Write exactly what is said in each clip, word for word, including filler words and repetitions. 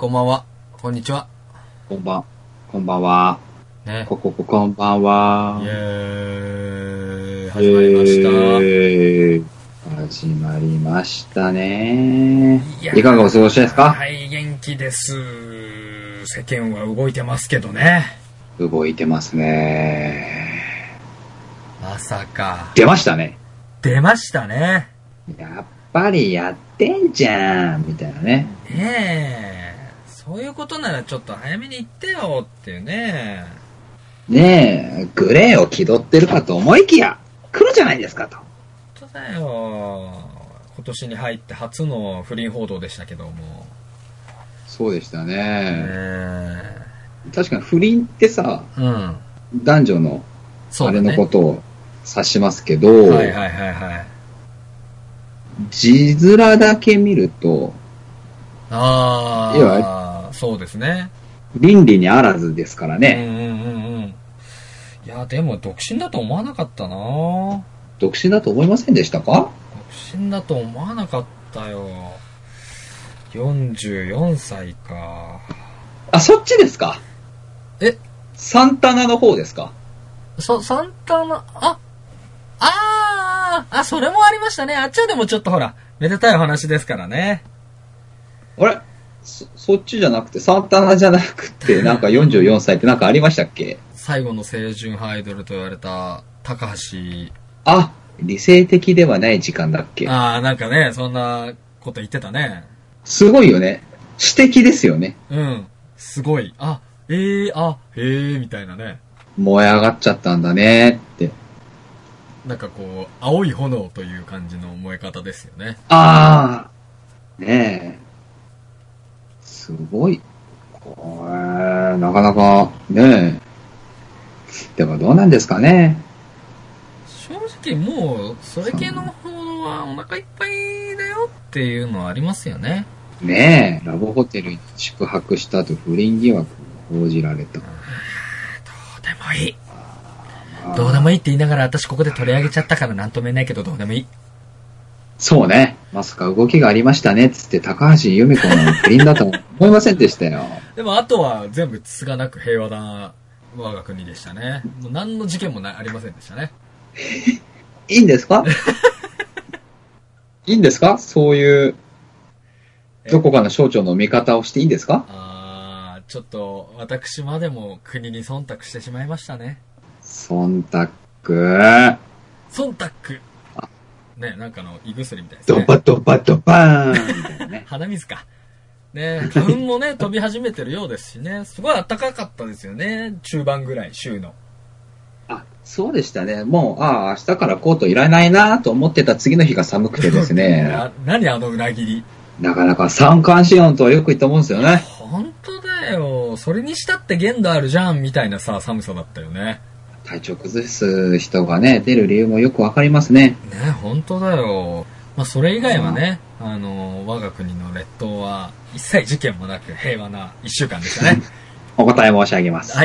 こんばんは。こんにちは。 こんばん、こんばんは。 ね。 ここここんばんは。 イェーイ。始まりました。 えー、始まりましたね。いかがお過ごしですか？ はい、元気です。世間は動いてますけどね。 動いてますね。 まさか。 出ましたね。 出ましたね。 やっぱりやってんじゃんみたいなね。 ねえ。そういうことならちょっと早めに言ってよっていうね。 ねえ、グレーを気取ってるかと思いきや、来るじゃないですかと。 本当だよ。今年に入って初の不倫報道でしたけども。 そうでしたね。 ね確かに不倫ってさ、 うん。 男女のあれのことを指しますけど、 はいはいはいはい。 字面だけ見ると、 ああ、 いやそうですね。 倫理にあらずですからね。 うんうんうんうん。いや、でも独身だと思わなかったな。 独身だと思いませんでしたか？ 独身だと思わなかったよ。よんじゅうよんさいか。 あ、そっちですか？ え？ サンタナの方ですか？ そ、サンタナ、あ、あー、あ、それもありましたね。あっちはでもちょっとほら、めでたいお話ですからね。 あれ？そ、そっちじゃなくて、サンタナじゃなくて、なんかよんじゅうよんさいってなんかありましたっけ？ 最後の清純派アイドルと言われた高橋。 あ、理性的ではない時間だっけ？ あー、なんかね、そんなこと言ってたね。 すごいよね。詩的ですよね。 うん。すごい。あ、えー、あ、えー、みたいなね。 燃え上がっちゃったんだねって。 なんかこう、青い炎という感じの燃え方ですよね。 ああ、ねえ。すごい。これ、なかなか、ねえ。でもどうなんですかね。 正直もう、それ系の報道はお腹いっぱいだよっていうのはありますよね。 ねえ、ラブホテルに宿泊した後不倫疑惑が報じられた。 どうでもいい。どうでもいいって言いながら私ここで取り上げちゃったからなんとも言えないけどどうでもいい。 そうね。まさか動きがありましたねっつって高橋由美子の不倫だと思いませんでしたよ。 でもあとは全部つがなく平和な我が国でしたね。もう何の事件もなありませんでしたね。 いいんですか？いいんですか？そういうどこかの省庁の見方をしていいんですか？ あー、ちょっと私までも国に忖度してしまいましたね。 忖度。 忖度。ね、なんかの胃薬みたいですね。 ドバドバドバーンみたいなね。 鼻水か。ね、花粉もね、飛び始めてるようですしね。すごい暖かかったですよね。中盤ぐらい、週の。 あ、そうでしたね。もう、ああ、明日からコートいらないなと思ってた次の日が寒くてですね。 な何あの裏切り。 なかなか三寒四温とはよく言ったもんですよね。 本当だよ。それにしたって限度あるじゃん、みたいなさ、寒さだったよね。 体調崩す人がね、出る理由もよくわかりますね。 ね、本当だよ。まあ、それ以外はね、あの、我が国の列島は一切事件もなく平和な一週間でしたね。 お答え申し上げます。 はい。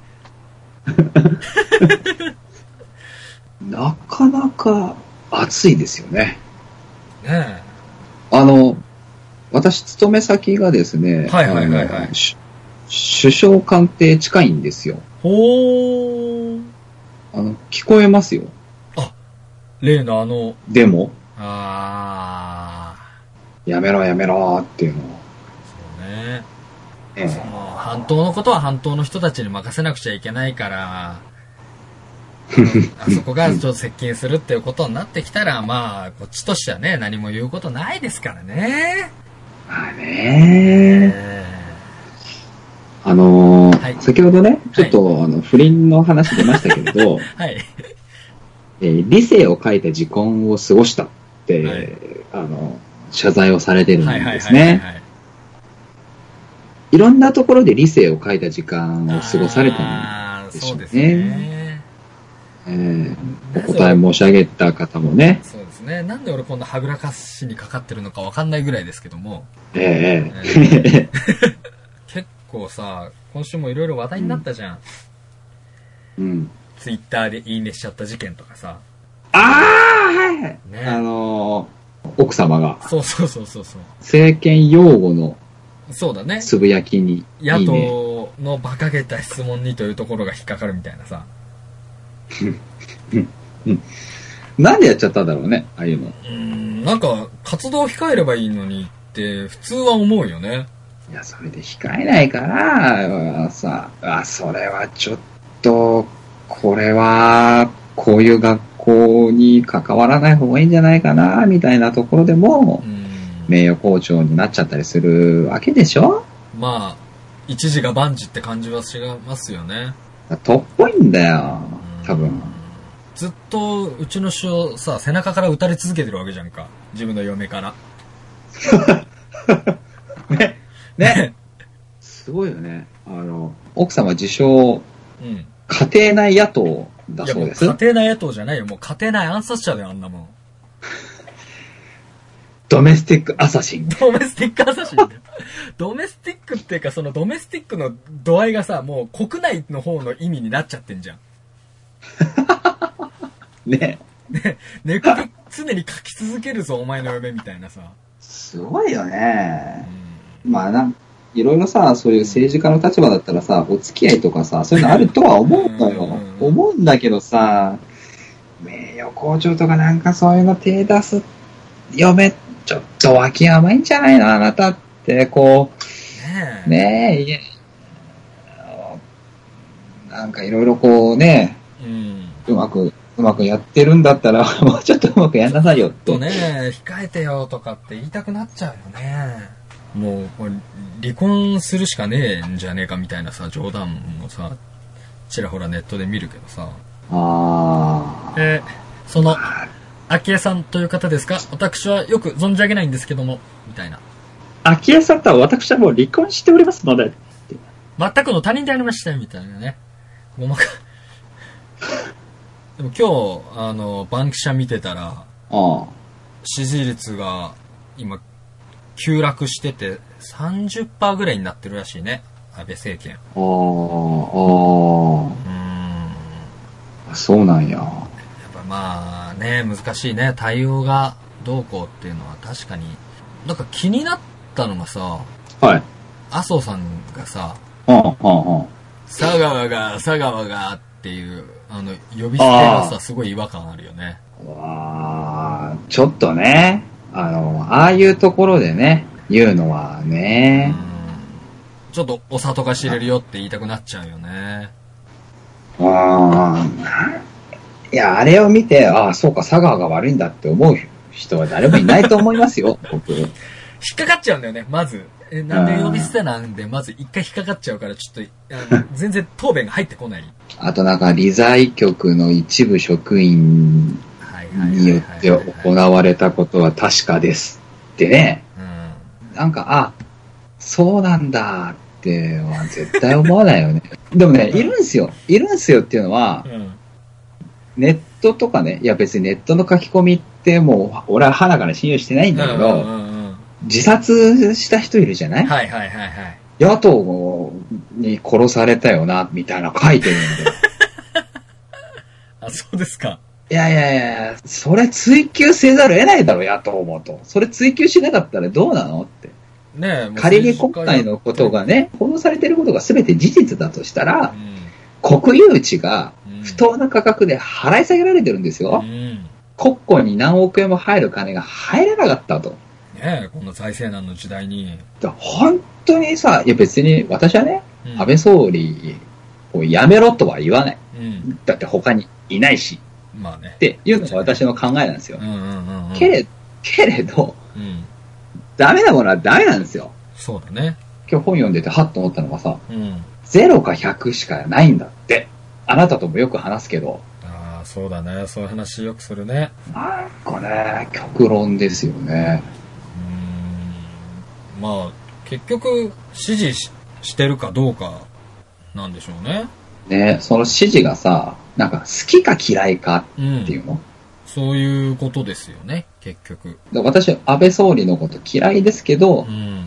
なかなか暑いですよね。 ねえ。あの、私、勤め先がですね、 はいはいはいはい。 首相官邸近いんですよ。 ほー。 あの、聞こえますよ。 あ、例のあの。 でも。 あー。やめろやめろっていうのを。 そうね。 ええ、 その半島のことは半島の人たちに任せなくちゃいけないから、あそこがちょっと接近するっていうことになってきたら、まあ、こっちとしてはね、何も言うことないですからね。 まあね、えー、あのーはい、先ほどね、ちょっと、はい、あの不倫の話出ましたけれど、はいえー、理性を書いた時間を過ごしたって、はい、あの謝罪をされてるんですね。いろんなところで理性を書いた時間を過ごされたんでしょうね。そうですね。えー、お答え申し上げた方もね。 そうですね。なんで俺こんなはぐらかしにかかってるのかわかんないぐらいですけども。 えええー、結構さ、今週もいろいろ話題になったじゃん。 うん。 ツイッターでいいねしちゃった事件とかさ。 ああはい、ね、あのー、奥様が。 そうそうそうそうそう。 政権擁護のそうだね。 つぶやきに。 野党の馬鹿げた質問にというところが引っかかるみたいなさ。 なんでやっちゃったんだろうね、ああいうの。 うーん、なんか、活動控えればいいのにって、普通は思うよね。 いや、それで控えないから、さ、あ、それはちょっと、これは、こういう学校に関わらない方がいいんじゃないかな、みたいなところでも、名誉校長になっちゃったりするわけでしょ？ まあ、一時が万事って感じはしますよね。 とっぽいんだよ、多分。 ずっと、うちの師匠さ、背中から撃たれ続けてるわけじゃんか。自分の嫁から。 ね。ね。すごいよね。あの、奥様自称、うん、家庭内野党だそうです。 いや、もう家庭内野党じゃないよ。もう家庭内暗殺者だよ、あんなもん。 ドメスティックアサシン。 ドメスティックアサシンだよ。ドメスティックっていうか、そのドメスティックの度合いがさ、もう国内の方の意味になっちゃってんじゃん。 ねね、寝首常に書き続けるぞ、お前の嫁みたいなさ。 すごいよね。うん、まあなん、いろいろさ、そういう政治家の立場だったらさ、お付き合いとかさ、そういうのあるとは思うのよ。うんうんうん、思うんだけどさ、名誉校長とかなんかそういうの手出す嫁、ちょっと脇甘いんじゃないのあなたって、こう、ねえ、ねえ、なんかいろいろこうね、うん、うまく、うまくやってるんだったら、もうちょっとうまくやんなさいよって。 とね、控えてよとかって言いたくなっちゃうよね。もう、離婚するしかねえんじゃねえかみたいなさ、冗談もさ、ちらほらネットで見るけどさ。あー。えー、その、昭恵さんという方ですか？私はよく存じ上げないんですけども、みたいな。 昭恵さんとは私はもう離婚しておりますので。 全くの他人でありましたよ、みたいなね。ごまか。でも今日、あの、バンキシャ見てたら、ああ、支持率が今、急落してて さんじゅっパーセント ぐらいになってるらしいね。安倍政権。ああ、ああ。うん。そうなんや。 やっぱまあね、難しいね。対応がどうこうっていうのは確かに。なんか気になったのがさ、はい。麻生さんがさ、うん、うん、うん。佐川が、佐川がっていう、あの、呼び捨てがさ、すごい違和感あるよね。 わー、ちょっとね、あの、ああいうところでね、言うのはね、 うん、ちょっとお里が知れるよって言いたくなっちゃうよね。 あー、いや、あれを見て、ああ、そうか、佐川が悪いんだって思う人は誰もいないと思いますよ、僕。引っかかっちゃうんだよね、まず。え、なんで呼び捨てなんで、まず一回引っかかっちゃうから、ちょっと、あの全然答弁が入ってこない。 あとなんか、理財局の一部職員によって行われたことは確かですってね。うん、なんか、あ、そうなんだっては絶対思わないよね。でもね、いるんすよ。いるんすよっていうのは、うん、ネットとかね、いや別にネットの書き込みってもう、俺は鼻から信用してないんだけど、うんうんうん、自殺した人いるじゃない？はいはいはいはい。野党に殺されたよな、みたいな書いてるんで。 あ、そうですか。 いやいやいや、それ追及せざるを得ないだろ、野党もと。それ追及しなかったらどうなのって。ねえ、仮に今回のことがね、殺されてることが全て事実だとしたら、うん、国有地が不当な価格で払い下げられてるんですよ。うん、国庫に何億円も入る金が入らなかったと。 ねえ、この財政難の時代に。 本当にさ、いや別に私はね、うん、安倍総理をやめろとは言わない。うん、だって他にいないし。まあね。っていうのが私の考えなんですよ。うんうんうんうん、けれ、けれど、うん、ダメなものはダメなんですよ。 そうだね。 今日本読んでてハッと思ったのがさ、うん、ゼロかひゃくしかないんだって。あなたともよく話すけど。 ああ、そうだね。そういう話よくするね。 なんかね、極論ですよね。 うーん、まあ、結局、支持 し, してるかどうかなんでしょうね。 ね、その支持がさ、なんか好きか嫌いかっていうの、うん、 そういうことですよね、結局。 私、安倍総理のこと嫌いですけど、うん、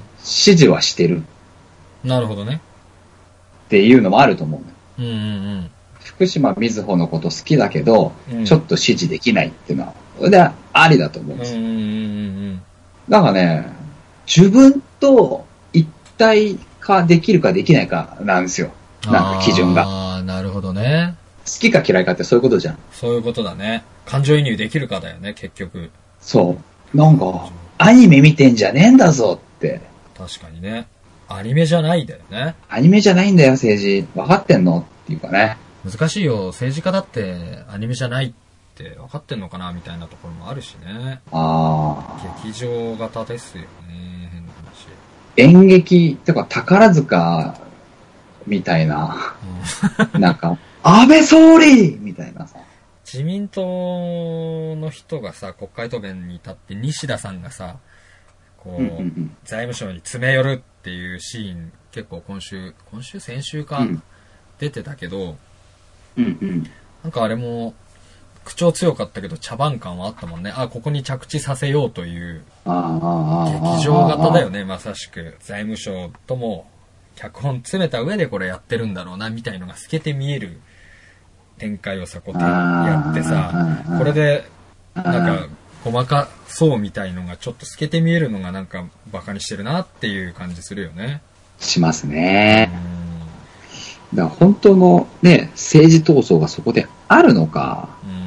支持はしてる。 なるほどね。 っていうのもあると思う。 うんうんうん、 福島みずほのこと好きだけど、うん、ちょっと支持できないっていうのは、それでありだと思うんですよ。うんうんうん、だからね、自分と一体化できるかできないかなんですよ。なんか基準が。 ああ、なるほどね。 好きか嫌いかってそういうことじゃん。 そういうことだね。感情移入できるかだよね、結局。 そう。なんか、アニメ見てんじゃねえんだぞって。 確かにね。アニメじゃないんだよね。 アニメじゃないんだよ、政治。分かってんのっていうかね。 難しいよ。政治家だってアニメじゃないって分かってんのかなみたいなところもあるしね。 ああ。劇場型ですよね。変な話。 演劇、てか宝塚みたいな。うん、なんか、安倍総理みたいなさ。 自民党の人がさ、国会答弁に立って西田さんがさ、こう、うんうんうん、財務省に詰め寄るっていうシーン、結構今週、今週先週か、うん、出てたけど、 うんうん、 なんかあれも、口調強かったけど茶番感はあったもんね。あ、ここに着地させようという、劇場型だよね、まさしく。財務省とも、脚本詰めた上でこれやってるんだろうな、みたいのが透けて見える展開をさ、こうやってさ、これで、なんか、細かそうみたいのがちょっと透けて見えるのがなんかバカにしてるなっていう感じするよね。 しますね。だから本当のね、政治闘争がそこであるのか、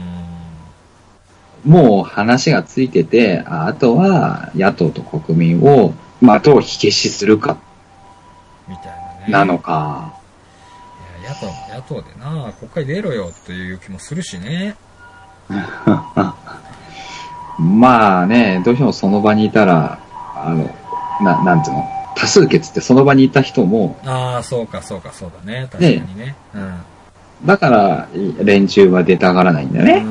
うん、もう話がついてて、あとは野党と国民を、まあ、どう火消しするか、みたいなね。なのか。 いや、野党、野党でな、国会出ろよっていう気もするしね。 まあね、どうしてもその場にいたら、あの、な、なんていうの、多数決ってその場にいた人も。 ああ、そうか、そうか、そうだね。確かにね。うん。 だから、連中は出たがらないんだよね。うん。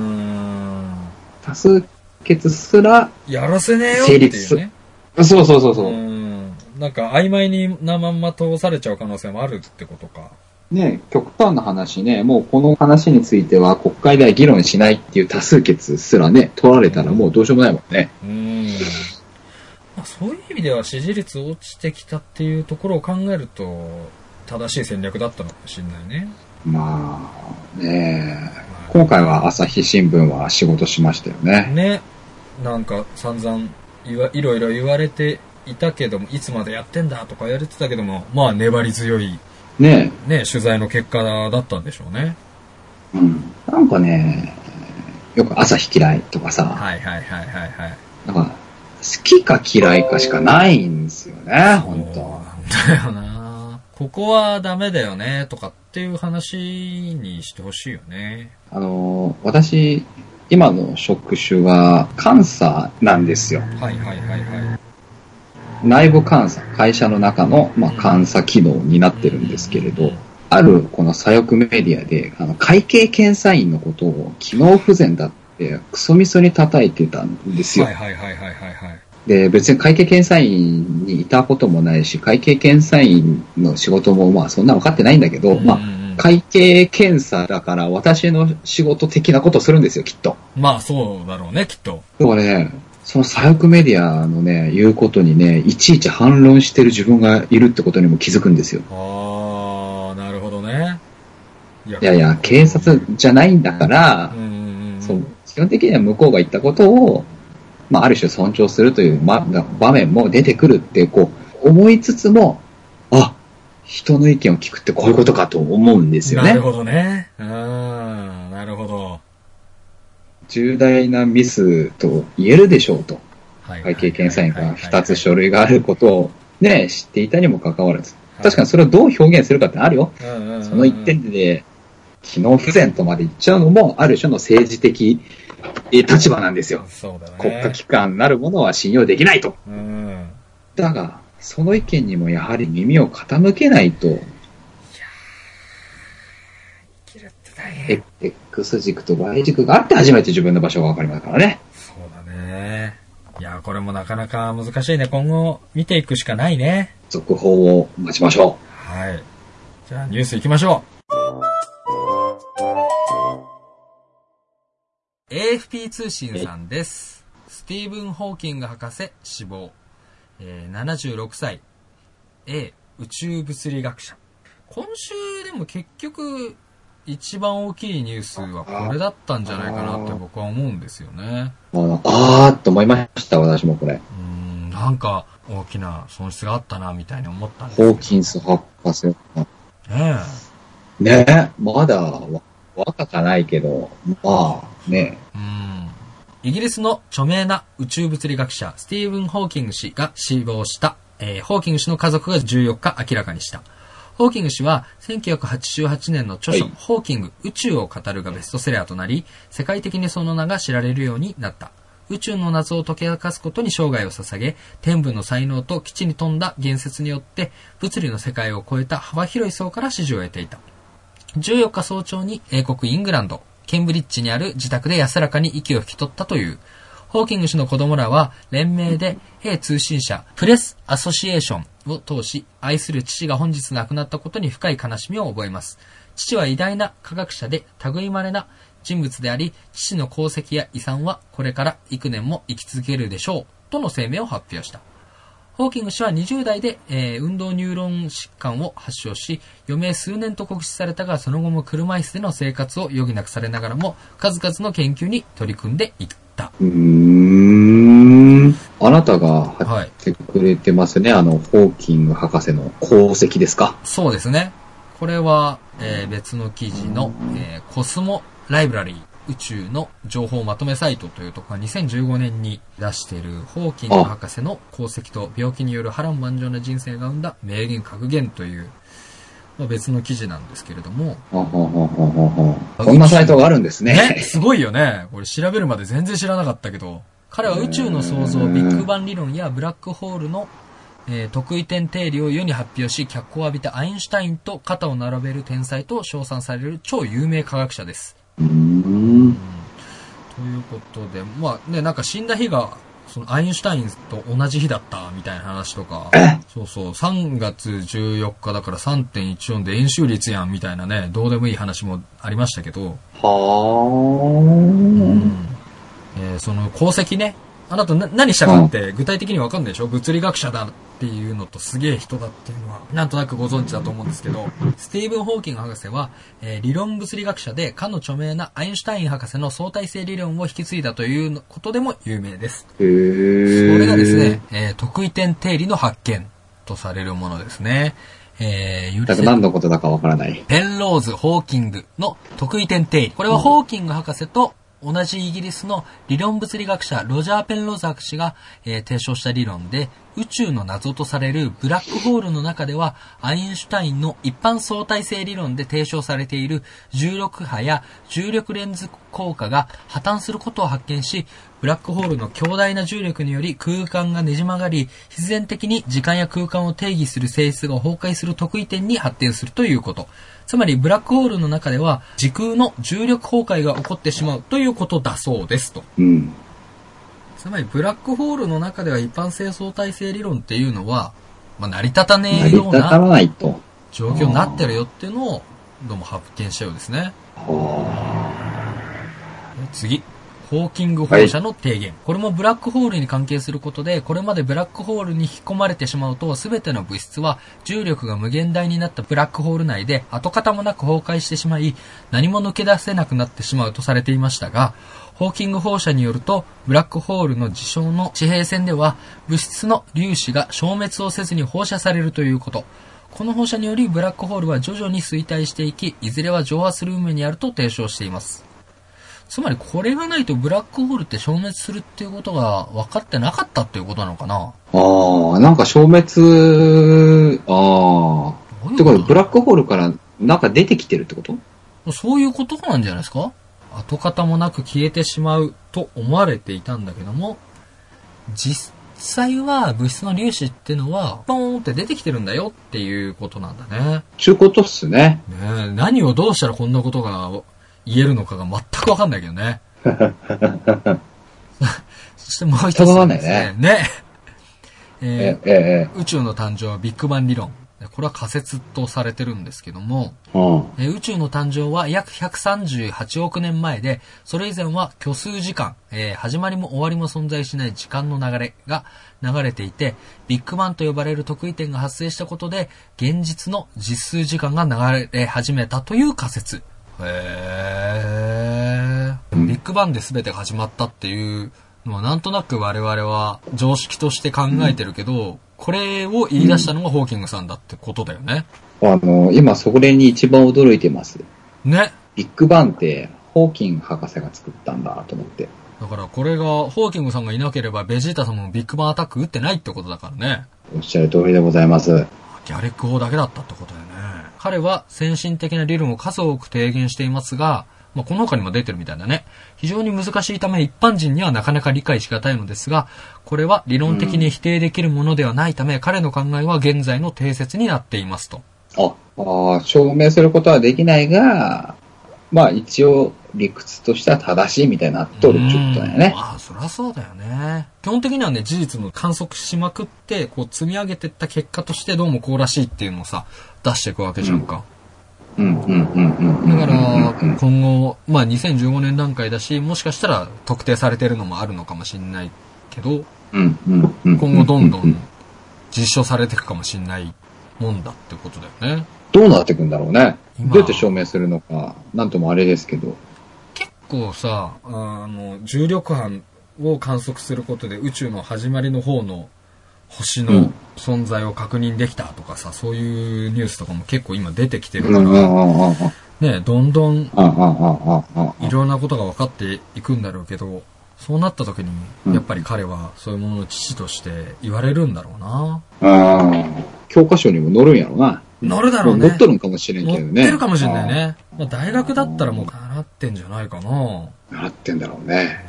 多数決すら、 やらせねえよっていうね。 そうそうそうそう。 うん。なんか、曖昧になまんま通されちゃう可能性もあるってことか。 ね、極端な話ね、もうこの話については国会では議論しないっていう多数決すらね、取られたらもうどうしようもないもんね。 うん。まあ、そういう意味では支持率落ちてきたっていうところを考えると、正しい戦略だったのかもしれないね。 まあ、ねえ、今回は朝日新聞は仕事しましたよね。 ね。なんか散々いわいろいろ言われていたけども、いつまでやってんだとか言われてたけども、まあ粘り強い。 ねえ。ねえ、取材の結果だったんでしょうね。 うん。なんかね、よく朝日嫌いとかさ。 はいはいはいはいはい。 なんか、好きか嫌いかしかないんですよね、本当は。 だよな。ここはダメだよね、とかっていう話にしてほしいよね。 あの、私、今の職種は監査なんですよ。 はいはいはいはい。 内部監査、会社の中の、まあ、監査機能になってるんですけれど、あるこの左翼メディアで、あの会計検査員のことを機能不全だってクソみそに叩いてたんですよ。 はいはいはいはいはい、はい。 で、別に会計検査員にいたこともないし、会計検査員の仕事もまあそんな分かってないんだけど、うんうんうん、まあ会計検査だから私の仕事的なことをするんですよ、きっと。 まあそうだろうね、きっと。 でもね、その左翼メディアのね、言うことにね、いちいち反論してる自分がいるってことにも気づくんですよ。 ああ、なるほどね。 いやいやいや、警察じゃないんだから、うんうんうん、そう基本的には向こうが言ったことを、まあ、ある種尊重するという、ま、場面も出てくるって、こう、思いつつも、あ、人の意見を聞くってこういうことかと思うんですよね。 なるほどね。うん、なるほど。 重大なミスと言えるでしょうと。会計検査員がふたつ書類があることをね、知っていたにもかかわらず。確かにそれをどう表現するかってあるよ。その一点で、機能不全とまで言っちゃうのも、ある種の政治的立場なんですよ。 そうだね。 国家機関なるものは信用できないと。 うん、 だが、その意見にもやはり耳を傾けないと、X 軸と Y 軸があって初めて自分の場所が分かりますからね。 そうだね。いや、これもなかなか難しいね。今後見ていくしかないね。 続報を待ちましょう。はい。じゃあニュース行きましょう。エーエフピー 通信さんです。スティーブン・ホーキング博士死亡。えー、ななじゅうろくさい。A 宇宙物理学者。今週でも結局一番大きいニュースはこれだったんじゃないかなって僕は思うんですよね。 ああーって思いました、私もこれ。 うん、 なんか大きな損失があったなみたいに思ったんですけど。 ホーキンス博士。ねえ。 ねえ、まだ若かないけど、まあね。 うん。イギリスの著名な宇宙物理学者スティーブン・ホーキング氏が死亡した、えー、ホーキング氏の家族がじゅうよっか明らかにした。ホーキング氏はせんきゅうひゃくはちじゅうはちねんの著書、はい、ホーキング宇宙を語るがベストセラーとなり、世界的にその名が知られるようになった。宇宙の謎を解き明かすことに生涯を捧げ、天文の才能と基地に富んだ言説によって物理の世界を超えた幅広い層から支持を得ていた。じゅうよっか早朝に英国イングランド、ケンブリッジにある自宅で安らかに息を引き取ったという。ホーキング氏の子供らは連名で英通信社プレスアソシエーションを通し、愛する父が本日亡くなったことに深い悲しみを覚えます。父は偉大な科学者で類まれな人物であり、父の功績や遺産はこれから幾年も生き続けるでしょうとの声明を発表した。ホーキング氏はにじゅう代で、えー、運動ニューロン疾患を発症し、余命数年と告知されたが、その後も車椅子での生活を余儀なくされながらも、数々の研究に取り組んでいった。 うーん。あなたが貼ってくれてますね、はい、あの、ホーキング博士の功績ですか？ そうですね。これは、えー、別の記事の、えー、コスモライブラリー。宇宙の情報まとめサイトというところがにせんじゅうごねんに出しているホーキング博士の功績と病気による波乱万丈な人生が生んだ名言格言という、まあ、別の記事なんですけれども。 こんなサイトがあるんですね。 ね、すごいよね。これ調べるまで全然知らなかったけど、彼は宇宙の創造、ビッグバン理論やブラックホールの、えー、特異点定理を世に発表し、脚光を浴びたアインシュタインと肩を並べる天才と称賛される超有名科学者です。 うーんということで、まあね、なんか死んだ日が、そのアインシュタインと同じ日だったみたいな話とか、そうそう、さんがつじゅうよっかだから さんてんいちよん で円周率やんみたいなね、どうでもいい話もありましたけど、 はー、うんえー、その功績ね、あなたな何したかって具体的にわかんないでしょ？物理学者だっていうのとすげえ人だっていうのはなんとなくご存知だと思うんですけど、スティーブン・ホーキング博士は、えー、理論物理学者でかの著名なアインシュタイン博士の相対性理論を引き継いだということでも有名です。 へー。 それがですね、えー、特異点定理の発見とされるものですね。えー、 だから何のことだかわからない。 ペンローズ・ホーキングの特異点定理。これはホーキング博士と同じイギリスの理論物理学者ロジャー・ペンローズ博士が、えー、提唱した理論で、宇宙の謎とされるブラックホールの中ではアインシュタインの一般相対性理論で提唱されている重力波や重力レンズ効果が破綻することを発見し、ブラックホールの強大な重力により空間がねじ曲がり、必然的に時間や空間を定義する性質が崩壊する特異点に発展するということ。つまりブラックホールの中では時空の重力崩壊が起こってしまうということだそうですと。 うん、 つまりブラックホールの中では一般性相対性理論っていうのは、まあ、成り立たねえような状況になってるよっていうのをどうも発見したようですね。次。ホーキング放射の提言、はい、これもブラックホールに関係することで、これまでブラックホールに引き込まれてしまうと全ての物質は重力が無限大になったブラックホール内で跡形もなく崩壊してしまい、何も抜け出せなくなってしまうとされていましたが、ホーキング放射によるとブラックホールの事象の地平線では物質の粒子が消滅をせずに放射されるということ。この放射によりブラックホールは徐々に衰退していき、いずれは蒸発する運命にあると提唱しています。つまりこれがないとブラックホールって消滅するっていうことが分かってなかったっていうことなのかな。 ああ、なんか消滅、ああ。ってことはブラックホールからなんか出てきてるってこと？ そういうことなんじゃないですか？跡形もなく消えてしまうと思われていたんだけども、実際は物質の粒子っていうのはポーンって出てきてるんだよっていうことなんだね。 ちゅうことっすね。 ねえ、何をどうしたらこんなことが言えるのかが全くわかんないけどね。そしてもう一つですね。ね。えーえええ、宇宙の誕生はビッグバン理論。これは仮説とされてるんですけども、 うん、 え宇宙の誕生は約ひゃくさんじゅうはちおくねんまえで、それ以前は虚数時間、えー、始まりも終わりも存在しない時間の流れが流れていて、ビッグバンと呼ばれる特異点が発生したことで、現実の実数時間が流れ始めたという仮説。へー。ビッグバンで全てが始まったっていうまあ、なんとなく我々は常識として考えてるけど、うん、これを言い出したのがホーキングさんだってことだよね。 あの、今それに一番驚いてます。 ね。 ビッグバンってホーキング博士が作ったんだと思って。 だからこれが、ホーキングさんがいなければベジータさんもビッグバンアタック打ってないってことだからね。 おっしゃる通りでございます。 ギャレック砲だけだったってことだよね。彼は先進的な理論を数多く提言していますが、まあ、この他にも出てるみたいだね。非常に難しいため一般人にはなかなか理解しがたいのですが、これは理論的に否定できるものではないため、うん、彼の考えは現在の定説になっていますと。 ああ、証明することはできないが、まあ一応理屈としては正しいみたいになっとるってことだよね。 まあそりゃそうだよね。基本的にはね、事実の観測しまくって、こう積み上げていった結果としてどうもこうらしいっていうのをさ、出していくわけじゃんか。うんうんうんうん。だから、今後、まあにせんじゅうごねん段階だし、もしかしたら特定されてるのもあるのかもしれないけど、うんうんうん、今後どんどん実証されていくかもしれないもんだってことだよね。 どうなっていくんだろうね。どうやって証明するのか、なんともあれですけど。 結構さ、あの、重力波を観測することで宇宙の始まりの方の星の存在を確認できたとかさ、そういうニュースとかも結構今出てきてるから、ね、どんどんいろんなことが分かっていくんだろうけど、そうなった時にやっぱり彼はそういうものの父として言われるんだろうな。 ああ、教科書にも載るんやろうな。 乗るだろうね。 乗っとるんかもしれんけどね。 乗ってるかもしれないね。まあ、大学だったらもう習ってんじゃないかな。 習ってんだろうね。ね、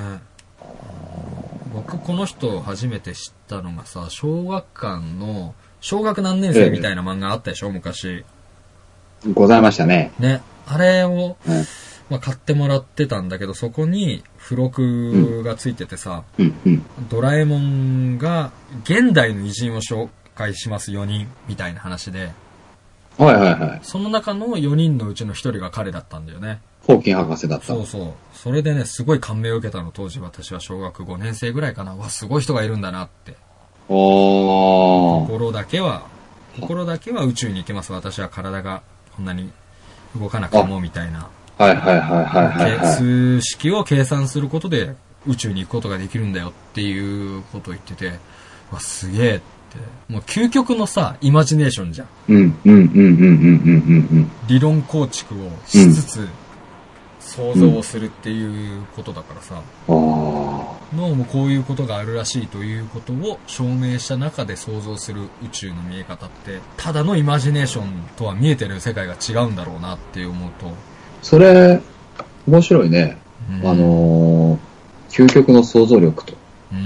僕この人を初めて知ったのがさ、小学館の小学何年生みたいな漫画あったでしょ、昔。 ございましたね。 ね。あれを、うん、まあ、買ってもらってたんだけど、そこに付録がついててさ、うんうんうん、ドラえもんが現代の偉人を紹介しますよにんみたいな話で、 はいはいはい。 その中のよにんのうちのひとりが彼だったんだよね。 ホーキン博士だった。 そうそう。それでね、すごい感銘を受けたの、当時私は小学ごねん生ぐらいかな。わ、すごい人がいるんだなって。おー。心だけは、心だけは宇宙に行けます。私は体がこんなに動かなくてもみたいな。 はいはいはいはいはい、はい。 数式を計算することで宇宙に行くことができるんだよっていうことを言ってて、わ、すげえって。もう究極のさ、イマジネーションじゃん。うんうんうんうんうんうんうん。理論構築をしつつ、想像をするっていうことだからさ、うん、脳もこういうことがあるらしいということを証明した中で想像する宇宙の見え方って、ただのイマジネーションとは見えてる世界が違うんだろうなって思うと、 それ面白いね、うん、あの究極の想像力と、うん、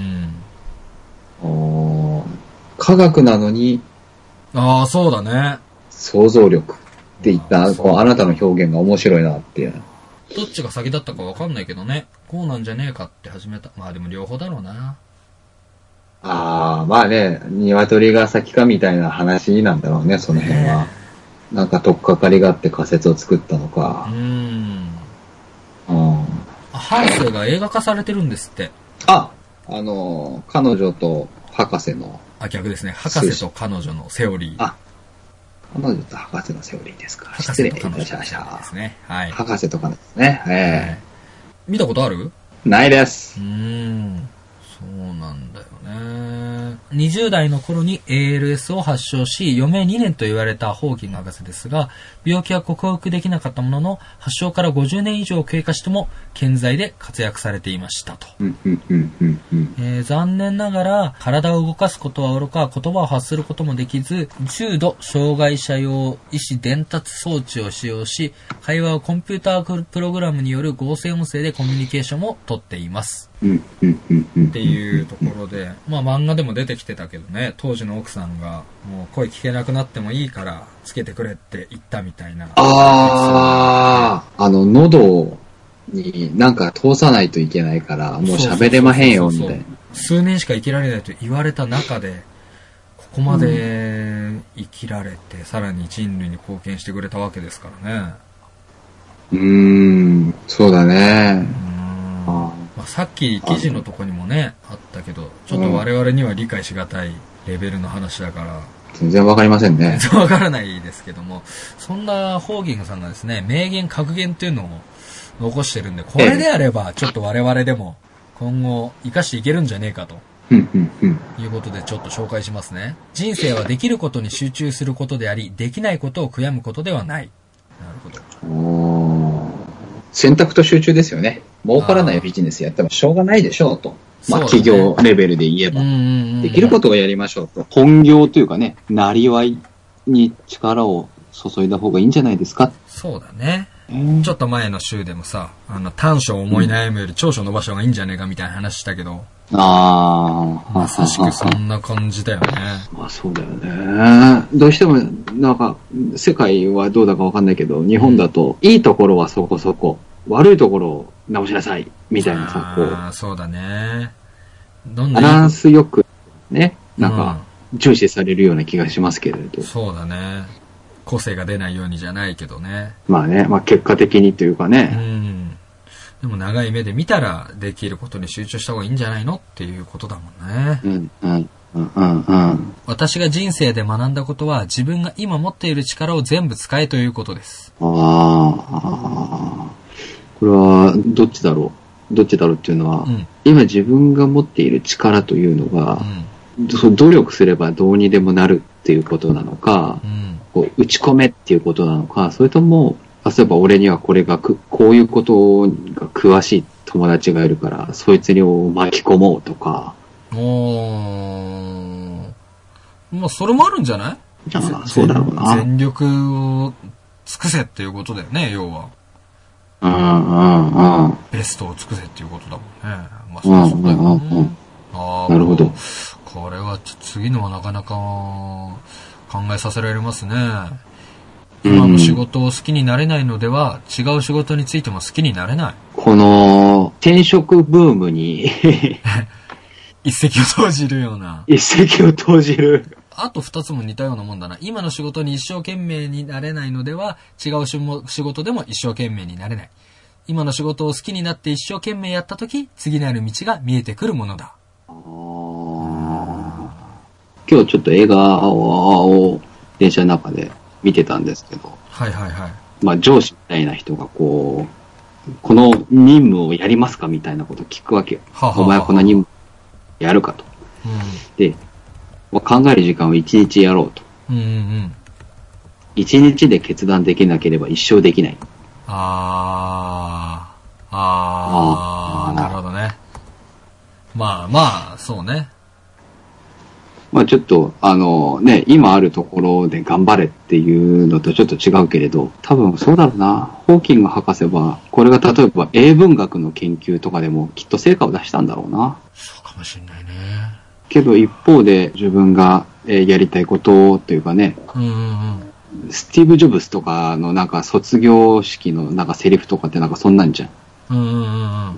科学なのに、 ああそうだね、 想像力っていったこうあなたの表現が面白いなっていう。 どっちが先だったか分かんないけどね。こうなんじゃねえかって始めた。まあでも両方だろうな。 ああ、まあね、鶏が先かみたいな話なんだろうね、その辺は。なんか取っかかりがあって仮説を作ったのか。うーん。 うん。ハーセが映画化されてるんですって。 あ、あの、彼女と博士の。 あ、逆ですね。博士と彼女のセオリー。 あ、彼女と博士のセオリーですか。失礼いたしました。ですね。はい。博士と彼女ですね。ええーはい。 見たことある？ ないです。 うーん。そうなんだよね。にじゅう代の頃に エーエルエス を発症し、余命にねんと言われたホーキング博士ですが、病気は克服できなかったものの、発症からごじゅうねん以上経過しても健在で活躍されていましたと。えー、残念ながら体を動かすことはおろか言葉を発することもできず、重度障害者用意思伝達装置を使用し、会話をコンピュータープログラムによる合成音声でコミュニケーションをとっています。っていうところで、まあ漫画でも出てきてたけどね、当時の奥さんがもう声聞けなくなってもいいからつけてくれって言ったみたいな。 ああ、あの喉になんか通さないといけないからもう喋れまへんよみたいな。 数年しか生きられないと言われた中でここまで生きられて、うん、さらに人類に貢献してくれたわけですからね。 うーん、そうだね。 あまあ、さっき記事のとこにもね あ, あったけど、ちょっと我々には理解しがたいレベルの話だから、 全然わかりませんね。 全然わからないですけども、そんなホーキングさんがですね、名言格言っていうのを残してるんで、これであればちょっと我々でも今後生かしていけるんじゃねえかと。 うんうんうん。 いうことでちょっと紹介しますね。人生はできることに集中することであり、できないことを悔やむことではない。なるほど。 おー。選択と集中ですよね。儲からないビジネスやってもしょうがないでしょうと。まあ、企業レベルで言えば、できることをやりましょうと。本業というかね、なりわいに力を注いだ方がいいんじゃないですか。 そうだね。ちょっと前の週でもさ、あの短所を思い悩むより長所伸ばした方がいいんじゃねえかみたいな話したけど、 ああ、 まさしくそんな感じだよね。 まあそうだよね。どうしてもなんか世界はどうだかわかんないけど、日本だといいところはそこそこ、悪いところを直しなさいみたいなさ、こう。 ああ、そうだね。どんバランスよくね、なんか重視されるような気がしますけれど。 そうだね。個性が出ないようにじゃないけどね。 まあね、まあ結果的にというかね。 うん。でも長い目で見たらできることに集中した方がいいんじゃないのっていうことだもんね。 うんうんうんうんうん。 私が人生で学んだことは自分が今持っている力を全部使えということです。 ああ。これはどっちだろうどっちだろうっていうのは、うん、今自分が持っている力というのが、うん、努力すればどうにでもなるっていうことなのか、うん、こう打ち込めっていうことなのか、それとも例えば俺にはこれがくこういうことが詳しい友達がいるからそいつを巻き込もうとか。 おー、まあそれもあるんじゃない？ ああ、そうだろうな。 全力を尽くせっていうことだよね、要は。 うんうんうん。 ベストを尽くせっていうことだもんね。まあそうそうだよな、ね。うんうんうん、あなるほど。 これは次のはなかなか考えさせられますね。今の仕事を好きになれないのでは、違う仕事についても好きになれない。 この転職ブームに一石を投じるような。 一石を投じる。 あと二つも似たようなもんだな。今の仕事に一生懸命になれないのでは、違う仕事でも一生懸命になれない。今の仕事を好きになって一生懸命やったとき、次なる道が見えてくるものだ。あ、 今日ちょっと映画を電車の中で見てたんですけど。 はいはいはい。 まあ上司みたいな人がこう、この任務をやりますかみたいなことを聞くわけよ。ははははお前はこの任務やるかと。うん、で、まあ、考える時間を一日やろうと。うんうんうん。一日で決断できなければ一生できない。 あー。あー。あーなるほどね。まあまあ、そうね。 まあちょっと、あのね、今あるところで頑張れっていうのとちょっと違うけれど、多分そうだろうな。ホーキング博士は、これが例えば英文学の研究とかでもきっと成果を出したんだろうな。 そうかもしれないね。 けど一方で自分がやりたいことというかね、うんうんうん、スティーブ・ジョブスとかのなんか卒業式のなんかセリフとかってなんかそんなんじゃん。うんうんうん、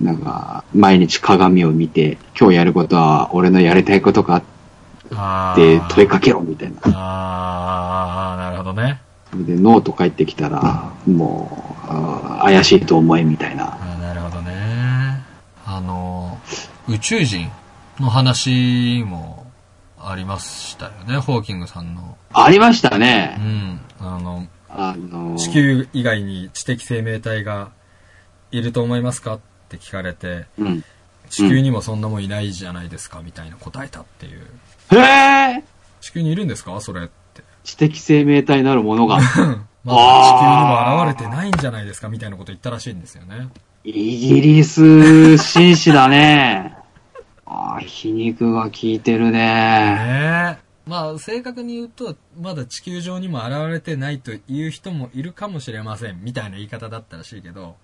なんか毎日鏡を見て今日やることは俺のやりたいことかって問いかけろみたいな。 ああ、なるほどね。 それでノート返ってきたらもう怪しいと思えみたいな。 あ、なるほどね。あの宇宙人の話もありましたよね、ホーキングさんの。 ありましたね。 うん。あの、あのー、地球以外に知的生命体がいると思いますかって聞かれて、うん、地球にもそんなもんいないじゃないですかみたいな答えたっていう。 へー！ 地球にいるんですかそれって。 知的生命体なるものが。 まだ地球にも現れてないんじゃないですかみたいなこと言ったらしいんですよね。 イギリス紳士だね。ああ、皮肉が効いてるね。 ねえ。まあ、正確に言うと、まだ地球上にも現れてないという人もいるかもしれません。みたいな言い方だったらしいけど。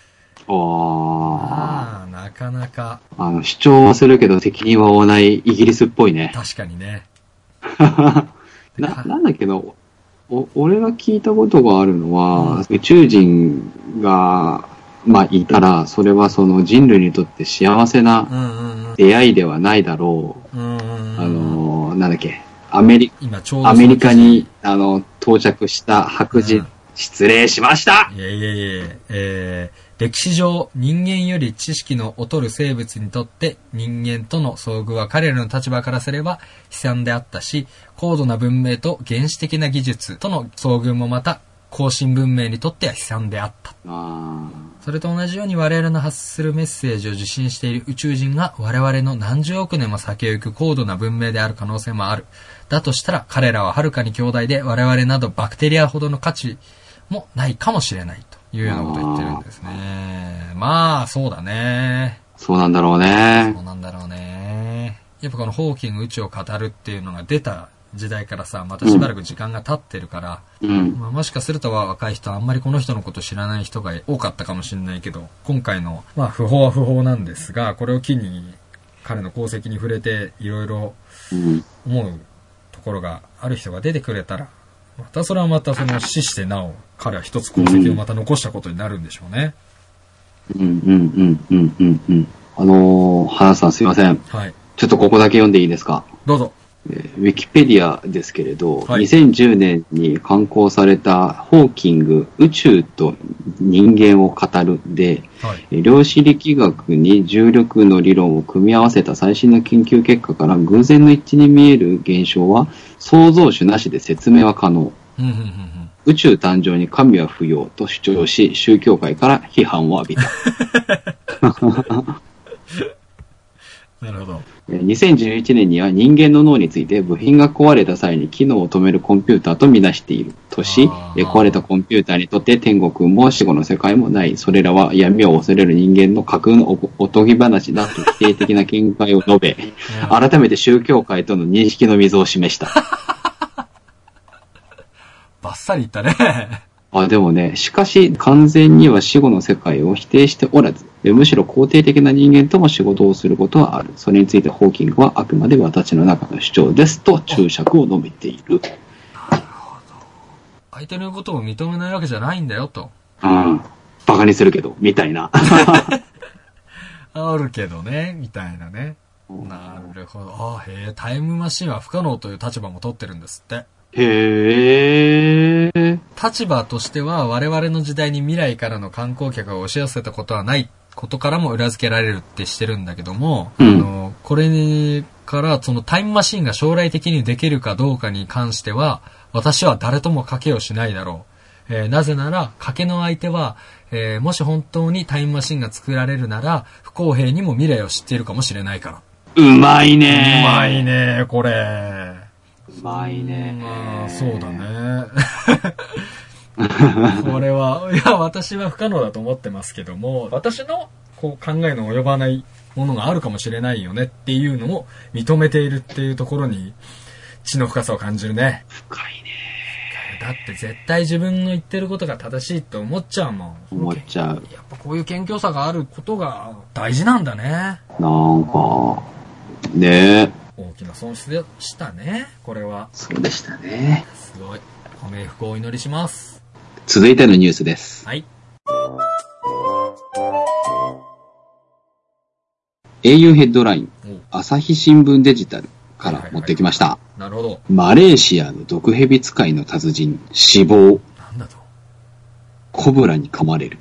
ああ、なかなか。 あの、主張はするけど責任は負わないイギリスっぽいね。 確かにね。 な、なんだけど、お、俺が聞いたことがあるのは、うん、宇宙人が、まあ、いたら、それはその人類にとって幸せな出会いではないだろう。うんうんうん、あの、なんだっけ、アメリ、今ちょうどアメリカに、あの、到着した白人、うん、失礼しました。 いやいやいや、えー、歴史上、人間より知識の劣る生物にとって、人間との遭遇は彼らの立場からすれば悲惨であったし、高度な文明と原始的な技術との遭遇もまた、後進文明にとっては悲惨であった。あそれと同じように我々の発するメッセージを受信している宇宙人が我々の何十億年も先を行く高度な文明である可能性もある。だとしたら彼らははるかに強大で我々などバクテリアほどの価値もないかもしれないというようなことを言ってるんですね。まあそうだね。 そうなんだろうね。 そうなんだろうね。やっぱこのホーキング宇宙を語るっていうのが出た時代からさ、またしばらく時間が経ってるから、うんまあ、もしかするとは若い人はあんまりこの人のこと知らない人が多かったかもしれないけど、今回の、まあ不法は不法なんですが、これを機に彼の功績に触れていろいろ思うところがある人が出てくれたら、またそれはまたその死してなお彼は一つ功績をまた残したことになるんでしょうね。 うんうんうんうんうんうん。あのー、花さんすいません。 はい。 ちょっとここだけ読んでいいですか。 どうぞ。 ウィキペディアですけれど、はい、にせんじゅうねんに刊行されたホーキング宇宙と人間を語るで、はい、量子力学に重力の理論を組み合わせた最新の研究結果から偶然の一致に見える現象は創造主なしで説明は可能。 うんうんうんうん、 宇宙誕生に神は不要と主張し、宗教界から批判を浴びた。 なるほど。 にせんじゅういちねんには人間の脳について部品が壊れた際に機能を止めるコンピューターとみなしているとし、壊れたコンピューターにとって天国も死後の世界もない、それらは闇を恐れる人間の架空の お, おとぎ話だと否定的な見解を述べ、改めて宗教界との認識の溝を示した。 バッサリ言ったね。 あ、でもね、しかし完全には死後の世界を否定しておらず、むしろ肯定的な人間とも仕事をすることはある。それについてホーキングはあくまで私の中の主張ですと注釈を述べている。 なるほど。相手のことを認めないわけじゃないんだよと。 うん。バカにするけど、みたいな。 あるけどね、みたいなね。なるほど。あへえ、タイムマシンは不可能という立場も取ってるんですって。 へー。 立場としては我々の時代に未来からの観光客が押し寄せたことはないことからも裏付けられるってしてるんだけども、うん、あのこれからそのタイムマシンが将来的にできるかどうかに関しては私は誰とも賭けをしないだろう。えー、なぜなら賭けの相手は、えー、もし本当にタイムマシンが作られるなら不公平にも未来を知っているかもしれないから。 うまいねうまいねこれ。 うまいね。 まあ、そうだね。これは、いや、私は不可能だと思ってますけども、私のこう考えの及ばないものがあるかもしれないよねっていうのを認めているっていうところに、知の深さを感じるね。 深いね。 だって絶対自分の言ってることが正しいと思っちゃうもん。 思っちゃう。 やっぱこういう謙虚さがあることが大事なんだね。 なんか、ねえ。 大きな損失でしたね、これは。 そうでしたね。 すごい。ご冥福をお祈りします。 続いてのニュースです。 はい。 エーユー ヘッドライン、朝日新聞デジタルから持ってきました。はいはいはい、なるほど。 マレーシアの毒蛇使いの達人、死亡。 なんだと。 コブラに噛まれる。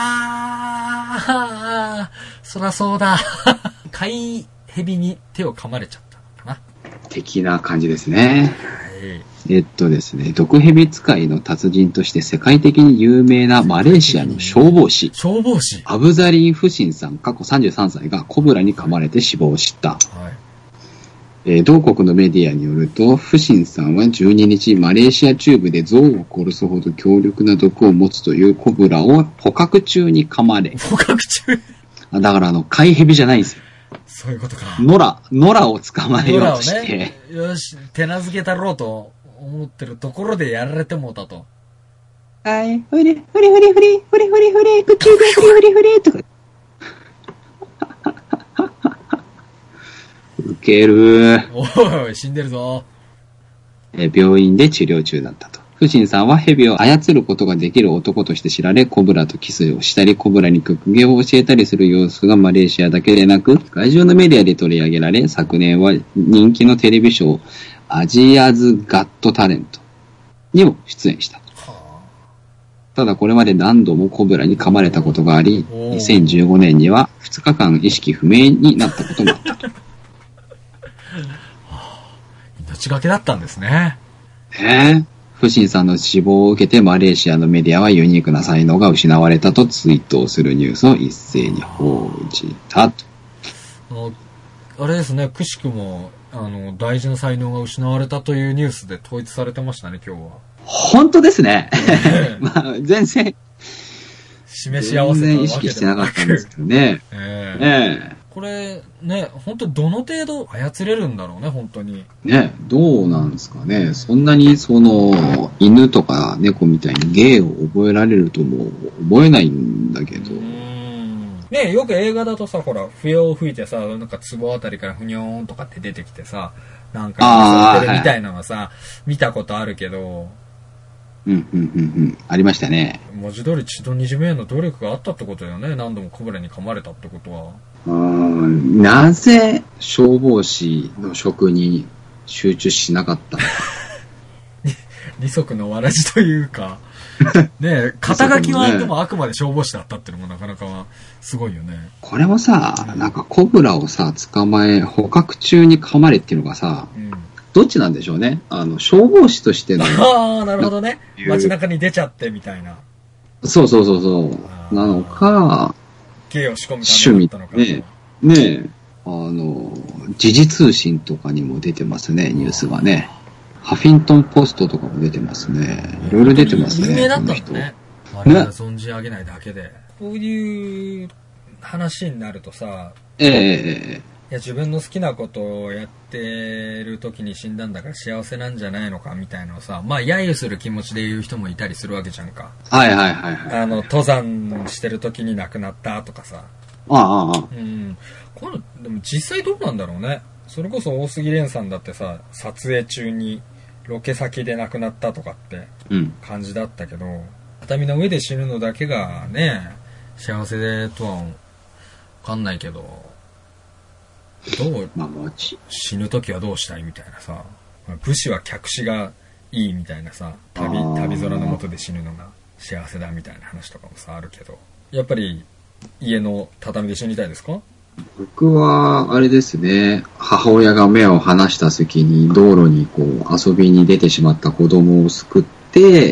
あー、そらそうだ。飼い蛇に手を噛まれちゃった。 的な感じですね。はい、えっとですね、毒蛇使いの達人として世界的に有名なマレーシアの消防士。 消防士アブザリー・フシンさん、過去さんじゅうさんさいがコブラに噛まれて死亡した。はいえー、同国のメディアによると、フシンさんはじゅうににち、マレーシア中部で象を殺すほど強力な毒を持つというコブラを捕獲中に噛まれ。 捕獲中だからあの、飼い蛇じゃないんですよ。 そういうことか。 野良、野良を捕まえようとして。ね、 よし、手なずけたろうと思ってるところでやられてもうたと。 はい、ふり、ふりふりふり、ふりふりふり、口でふりふりふり、とか。ウケる。 おい、死んでるぞ。 え、病院で治療中だったと。フシンさんは蛇を操ることができる男として知られ、コブラとキスをしたり、コブラに曲芸を教えたりする様子がマレーシアだけでなく、外中のメディアで取り上げられ、昨年は人気のテレビショー、アジアズ・ガット・タレントにも出演した。ただこれまで何度もコブラに噛まれたことがあり、にせんじゅうごねんにはふつかかん意識不明になったこともあったと。 命がけだったんですね。 えー不審さんの死亡を受けてマレーシアのメディアはユニークな才能が失われたとツイートをするニュースを一斉に報じたと。 あれですね、くしくもあの大事な才能が失われたというニュースで統一されてましたね、今日は。 本当ですね。まあ全然示し合わせたわけでもなく、全然意識してなかったんですけどね。 えー、えーこれね、本当どの程度操れるんだろうね、本当に。 ね、どうなんですかね。そんなにその犬とか猫みたいに芸を覚えられるとも思えないんだけど。 うんね、よく映画だとさ、ほら笛を吹いてさ、なんか壺あたりからふにょーんとかって出てきてさ、なんか遊んでるみたいなのはさ、はい、見たことあるけど。 うんうんうんうんありましたね。 文字通り血とにじめへの努力があったってことだよね。何度もコブラに噛まれたってことは。 うーんなぜ消防士の職に集中しなかったのか。 二足のわらじというか、ね、肩書きはでもあくまで消防士だったっていうのもなかなかすごいよね。 これもさ、うん、なんかコブラをさ捕まえ捕獲中に噛まれっていうのがさ、うんどっちなんでしょうね。あの消防士としてのああなるほどね。街中に出ちゃってみたいな。 そうそうそうそうなのか。 芸を仕込むためだったのか。 ねねえあの時事通信とかにも出てますねニュースがね。ハフィントンポストとかも出てますね。いろいろ出てますね。 有名だったんだね。我々が存じ上げないだけで。こういう話になるとさ。 ええええ。 いや自分の好きなことをやってる時に死んだんだから幸せなんじゃないのかみたいなのをさ、まあ揶揄する気持ちで言う人もいたりするわけじゃんか。 はいはいはいはい。 あの登山してる時に亡くなったとかさ。 ああああ。 うん。これでも実際どうなんだろうね。それこそ大杉蓮さんだってさ、撮影中にロケ先で亡くなったとかって感じだったけど、うん、畳の上で死ぬのだけがね幸せでとは分かんないけど。どう、まあ、死ぬ時はどうしたいみたいなさ、武士は客死がいいみたいなさ、旅旅空の下で死ぬのが幸せだみたいな話とかもさあるけど、やっぱり家の畳で死にたいですか？ 僕はあれですね、母親が目を離した時に道路にこう遊びに出てしまった子供を救って、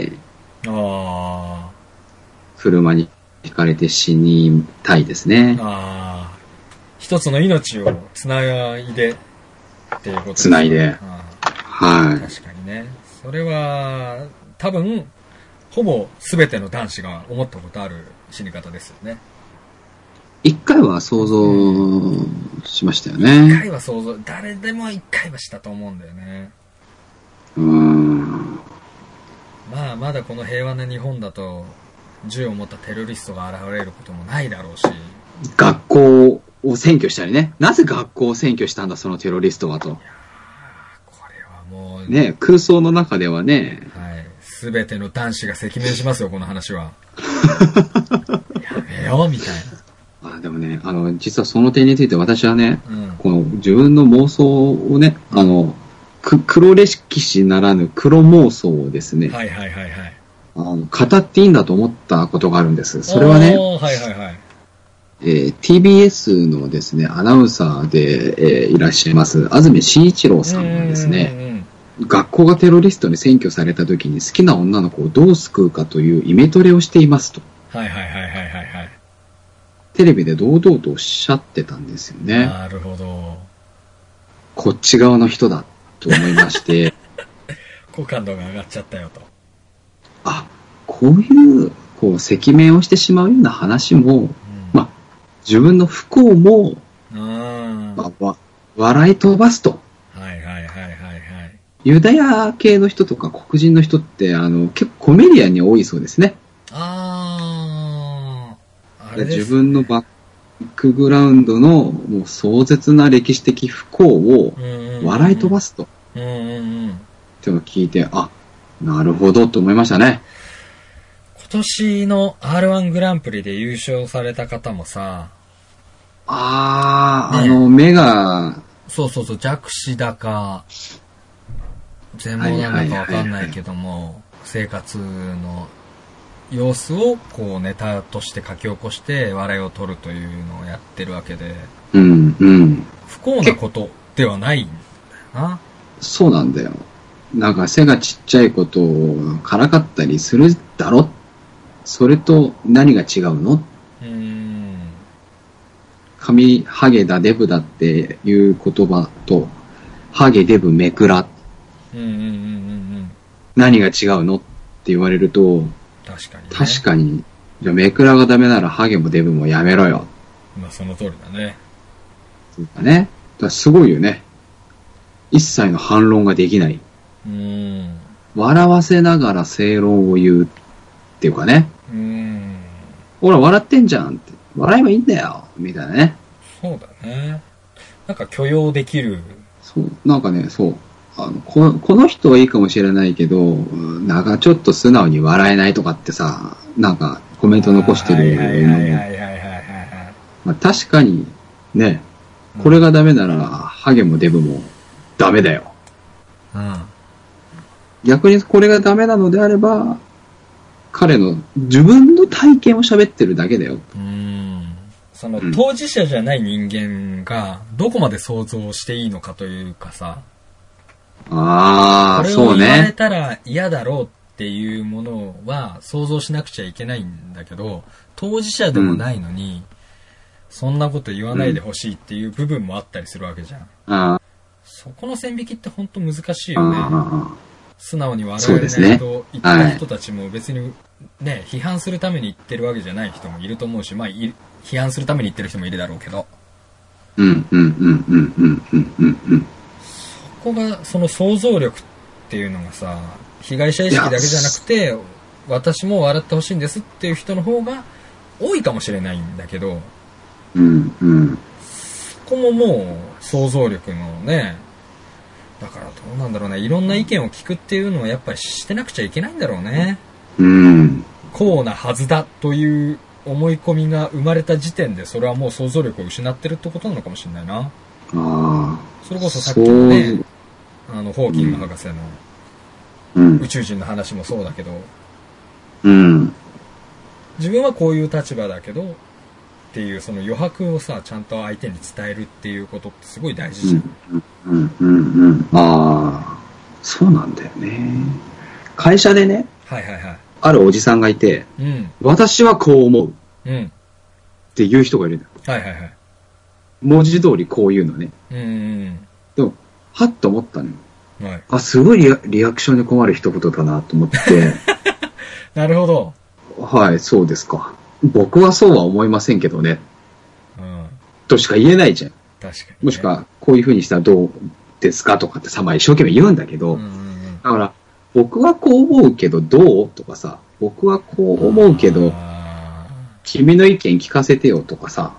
あ車にひかれて死にたいですね。あ一つの命をつないでっていうことですね。 つないで、はい。 確かにね。それは多分ほぼ全ての男子が思ったことある死に方ですよね。 一回は想像しましたよね。 一回は想像、誰でも一回はしたと思うんだよね。 うーん。 まあまだこの平和な日本だと銃を持ったテロリストが現れることもないだろうし。 学校を占拠したりね。なぜ学校を占拠したんだそのテロリストはと。いやこれはもうね空想の中ではね。 はい。すべての男子が赤面しますよこの話は。やめようみたいな。あでもねあの実はその点について私はね、うん、この自分の妄想をねあのく黒歴史ならぬ黒妄想をですね。 はいはいはいはい。 あの語っていいんだと思ったことがあるんです。それはね。 はいはいはい。 えー、ティービーエス のですねアナウンサーで、えー、いらっしゃいます安住紳一郎さんがですね、学校がテロリストに占拠された時に好きな女の子をどう救うかというイメトレをしていますと。 はいはいはいはいはいはい。 テレビで堂々とおっしゃってたんですよね。 なるほど。 こっち側の人だと思いまして。 好感度が上がっちゃったよと。 あ、こういうこう赤面をしてしまうような話も、うん、まあ自分の不幸も、まあ、わ笑い飛ばすと。 はいはいはいはいはい。 ユダヤ系の人とか黒人の人ってあの結構コメディアンに多いそうですね。 ああ。あれですね。 自分のバックグラウンドのもう壮絶な歴史的不幸を笑い飛ばすと。うんうんうん。っていうのを聞いて、あ、なるほどと思いましたね。 今年の アールワン グランプリで優勝された方もさ、 あー、ね、あの目がそうそうそう弱視だか全盲なんだかわかんないけども、生活の様子をこうネタとして書き起こして笑いを取るというのをやってるわけで、 うんうん、 不幸なことではないんだよな。 そうなんだよ。 なんか背がちっちゃいことをからかったりするだろ。それと何が違うの？うーん。髪、ハゲだ、デブだっていう言葉と、ハゲ、デブ、メクラ。うんうんうんうんうん。何が違うのって言われると、 確かに、ね。 確かに。じゃあメクラがダメならハゲもデブもやめろよ。 まあその通りだね。 そうだね。だからすごいよね。一切の反論ができない。うーん。笑わせながら正論を言うっていうかね。うーん。ほら笑ってんじゃんって。笑えばいいんだよ。みたいなね。 そうだね。なんか許容できる。 そう。なんかね、そう。あの、この、この人はいいかもしれないけど、なんかちょっと素直に笑えないとかってさ、なんかコメント残してるのも。確かに、ね、これがダメなら、ハゲもデブもダメだよ。うん。逆にこれがダメなのであれば、彼の自分の体験を喋ってるだけだよ。うん。 その当事者じゃない人間がどこまで想像していいのかというかさ。 ああ、そうね。これを言われたら嫌だろうっていうものは想像しなくちゃいけないんだけど、当事者でもないのに、うん、そんなこと言わないでほしいっていう部分もあったりするわけじゃん。あそこの線引きって本当難しいよね。素直に笑えないと言った人たちも別にね、批判するために言ってるわけじゃない人もいると思うし、まあ批判するために言ってる人もいるだろうけど。 うんうんうんうんうんうんうんうん。 そこがその想像力っていうのがさ、被害者意識だけじゃなくて、私も笑ってほしいんですっていう人の方が多いかもしれないんだけど、うんうん。そこももう想像力のね、だからどうなんだろうね、いろんな意見を聞くっていうのはやっぱりしてなくちゃいけないんだろうね。うん。こうなはずだという思い込みが生まれた時点でそれはもう想像力を失ってるってことなのかもしれないな。ああ。それこそさっきのね、あのホーキング博士の宇宙人の話もそうだけど、うん。自分はこういう立場だけどっていうその余白をさちゃんと相手に伝えるっていうことってすごい大事じゃん。 うんうんうんうん。ああ、そうなんだよね。会社でね、はいはいはい。あるおじさんがいて、うん、私はこう思う、うん、っていう人がいるんだよ。はいはいはい。文字通りこういうのね。うんうん。でも、はっと思ったのよ。はい。あ、すごいリア、リアクションに困る一言だなと思って。 なるほど。 はい、そうですか。僕はそうは思いませんけどね。うん。としか言えないじゃん。確かに、ね。もしくは、こういう風にしたらどうですかとかってさ、まあ一生懸命言うんだけど、うんうんうん、だから、僕はこう思うけどどうとかさ、僕はこう思うけど、君の意見聞かせてよとかさ、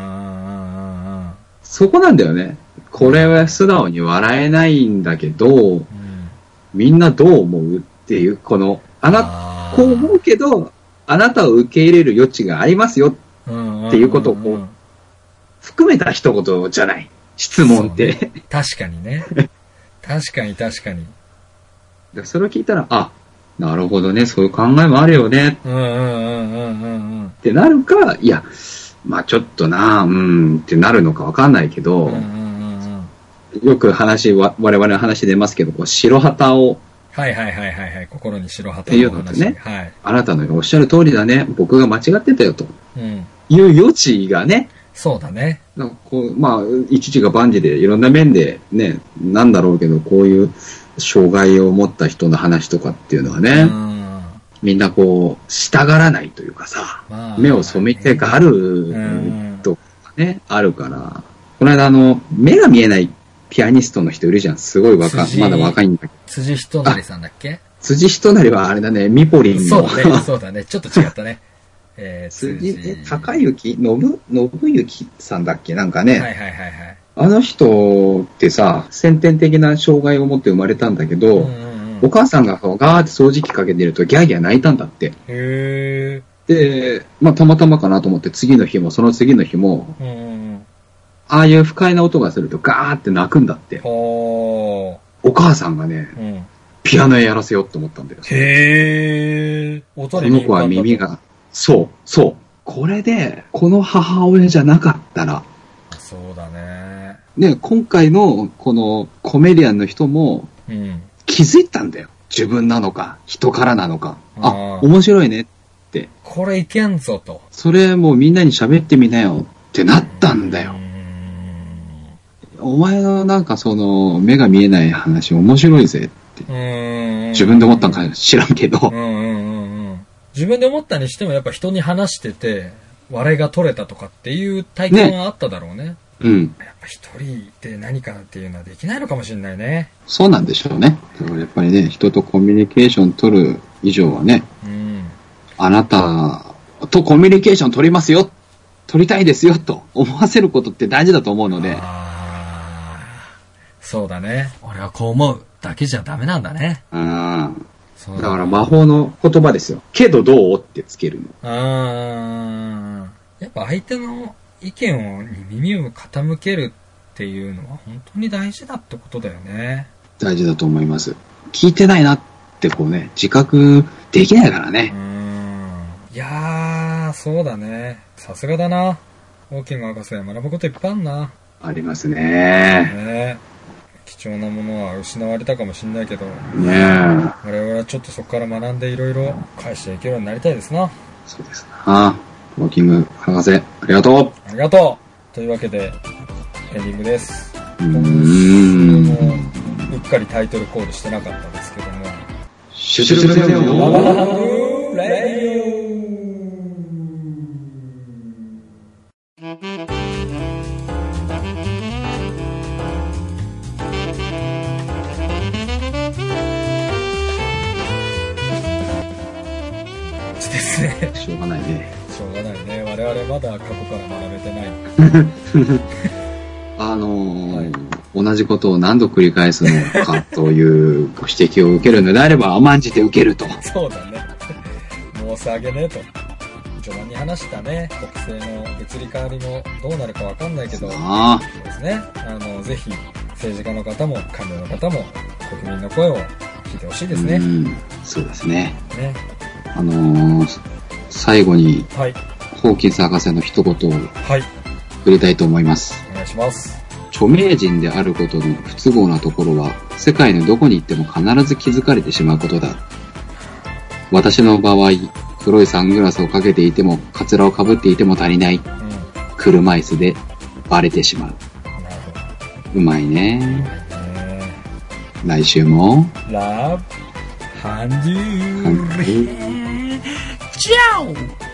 そこなんだよね。これは素直に笑えないんだけど、うん、みんなどう思うっていう、この、あな、こう思うけど、あなたを受け入れる余地がありますよっていうことをこう、含めた一言じゃない。質問って。ね、 確かにね。確かに確かに。 それを聞いたら、あ、なるほどね、そういう考えもあるよね。うんうんうんうんうんってなるか、いや、まあちょっとな、うんってなるのかわかんないけど、うんうんうん、よく話、我々の話出ますけど、こう白旗を、 はいはいはいはいはい、心に白旗をっていうのってね、はい、あなたのおっしゃる通りだね、僕が間違ってたよと、うん、いう余地がね、 そうだね。 なんかこうまあ一時が万事でいろんな面でね、なんだろうけど、こういう障害を持った人の話とかっていうのはね、うん、みんなこうしたがらないというかさ、まあ、目を染めてがるとかね、うん、あるから、この間あの目が見えないピアニストの人いるじゃん、すごい若まだ若いんだけど、 辻仁成さんだっけ？ 辻仁成はあれだね、ミポリンのそうだね、そうだね、ちょっと違ったね。 えー、辻え高幸信信行さんだっけ、なんかね、はいはいはいはい。あの人ってさ、先天的な障害を持って生まれたんだけど、うんうんうん、お母さんがガーって掃除機かけてるとギャーギャー泣いたんだって。へー。で、まあたまたまかなと思って次の日もその次の日も、うんうん、ああいう不快な音がするとガーって泣くんだって。お母さんがね、うん、ピアノやらせようって思ったんだよ。へー。この子は耳が、そう、そう。これで、この母親じゃなかったら、 そうだね。 ね、今回のこのコメディアンの人も、うん、 気づいたんだよ。自分なのか、人からなのか。あ、面白いねって。 これいけんぞと。 それもうみんなに喋ってみなよってなったんだよ。お前のなんかその、目が見えない話面白いぜって。自分で思ったんか知らんけど。うんうんうんうん、自分で思ったにしてもやっぱ人に話してて、笑いが取れたとかっていう体験はあっただろうね。ね、うん。やっぱ一人で何かっていうのはできないのかもしれないね。 そうなんでしょうね。だからやっぱりね、人とコミュニケーション取る以上はね、うん、あなたとコミュニケーション取りますよ、取りたいですよと思わせることって大事だと思うので。 あ、そうだね。俺はこう思うだけじゃダメなんだね。うん。 だ, だから魔法の言葉ですよ。けどどうってつけるの。 あ、やっぱ相手の意見をに耳を傾けるっていうのは本当に大事だってことだよね。 大事だと思います。聞いてないなってこうね、自覚できないからね。 うん。いやー、そうだね。さすがだな。オーキング博士、学ぶこといっぱいあるな。 ありますね。 ね、貴重なものは失われたかもしれないけど、ね、我々はちょっとそこから学んでいろいろ返していけるようになりたいですな。 そうですな。ウォーキング博士、ありがとう。 ありがとう。というわけでエンディングです。うーん、うっかりタイトルコールしてなかったですけども、シュシュシュシュシュレディオ。ですね。 しょうがないね。 しょうがないね。我々まだ過去から学べてない。 あのーはい、同じことを何度繰り返すのかというご指摘を受けるのであれば甘んじて受けると。 そうだね。申し訳ねえと。序盤に話したね、国政の移り変わりもどうなるかわかんないけど、そうですね。あの、ぜひ政治家の方も官僚の方も国民の声を聞いてほしいですね。うん、 そうですね。ね。あのー、最後に、はい、ホーキンス博士の一言を触れたいと思います。 お願いします。 著名人であることの不都合なところは、世界のどこに行っても必ず気づかれてしまうことだ。私の場合、黒いサングラスをかけていても、カツラをかぶっていても足りない。うん、車椅子でバレてしまう。なるほど。うまいね。うまいね。来週も、 ラブ、ハンデュー。チャオ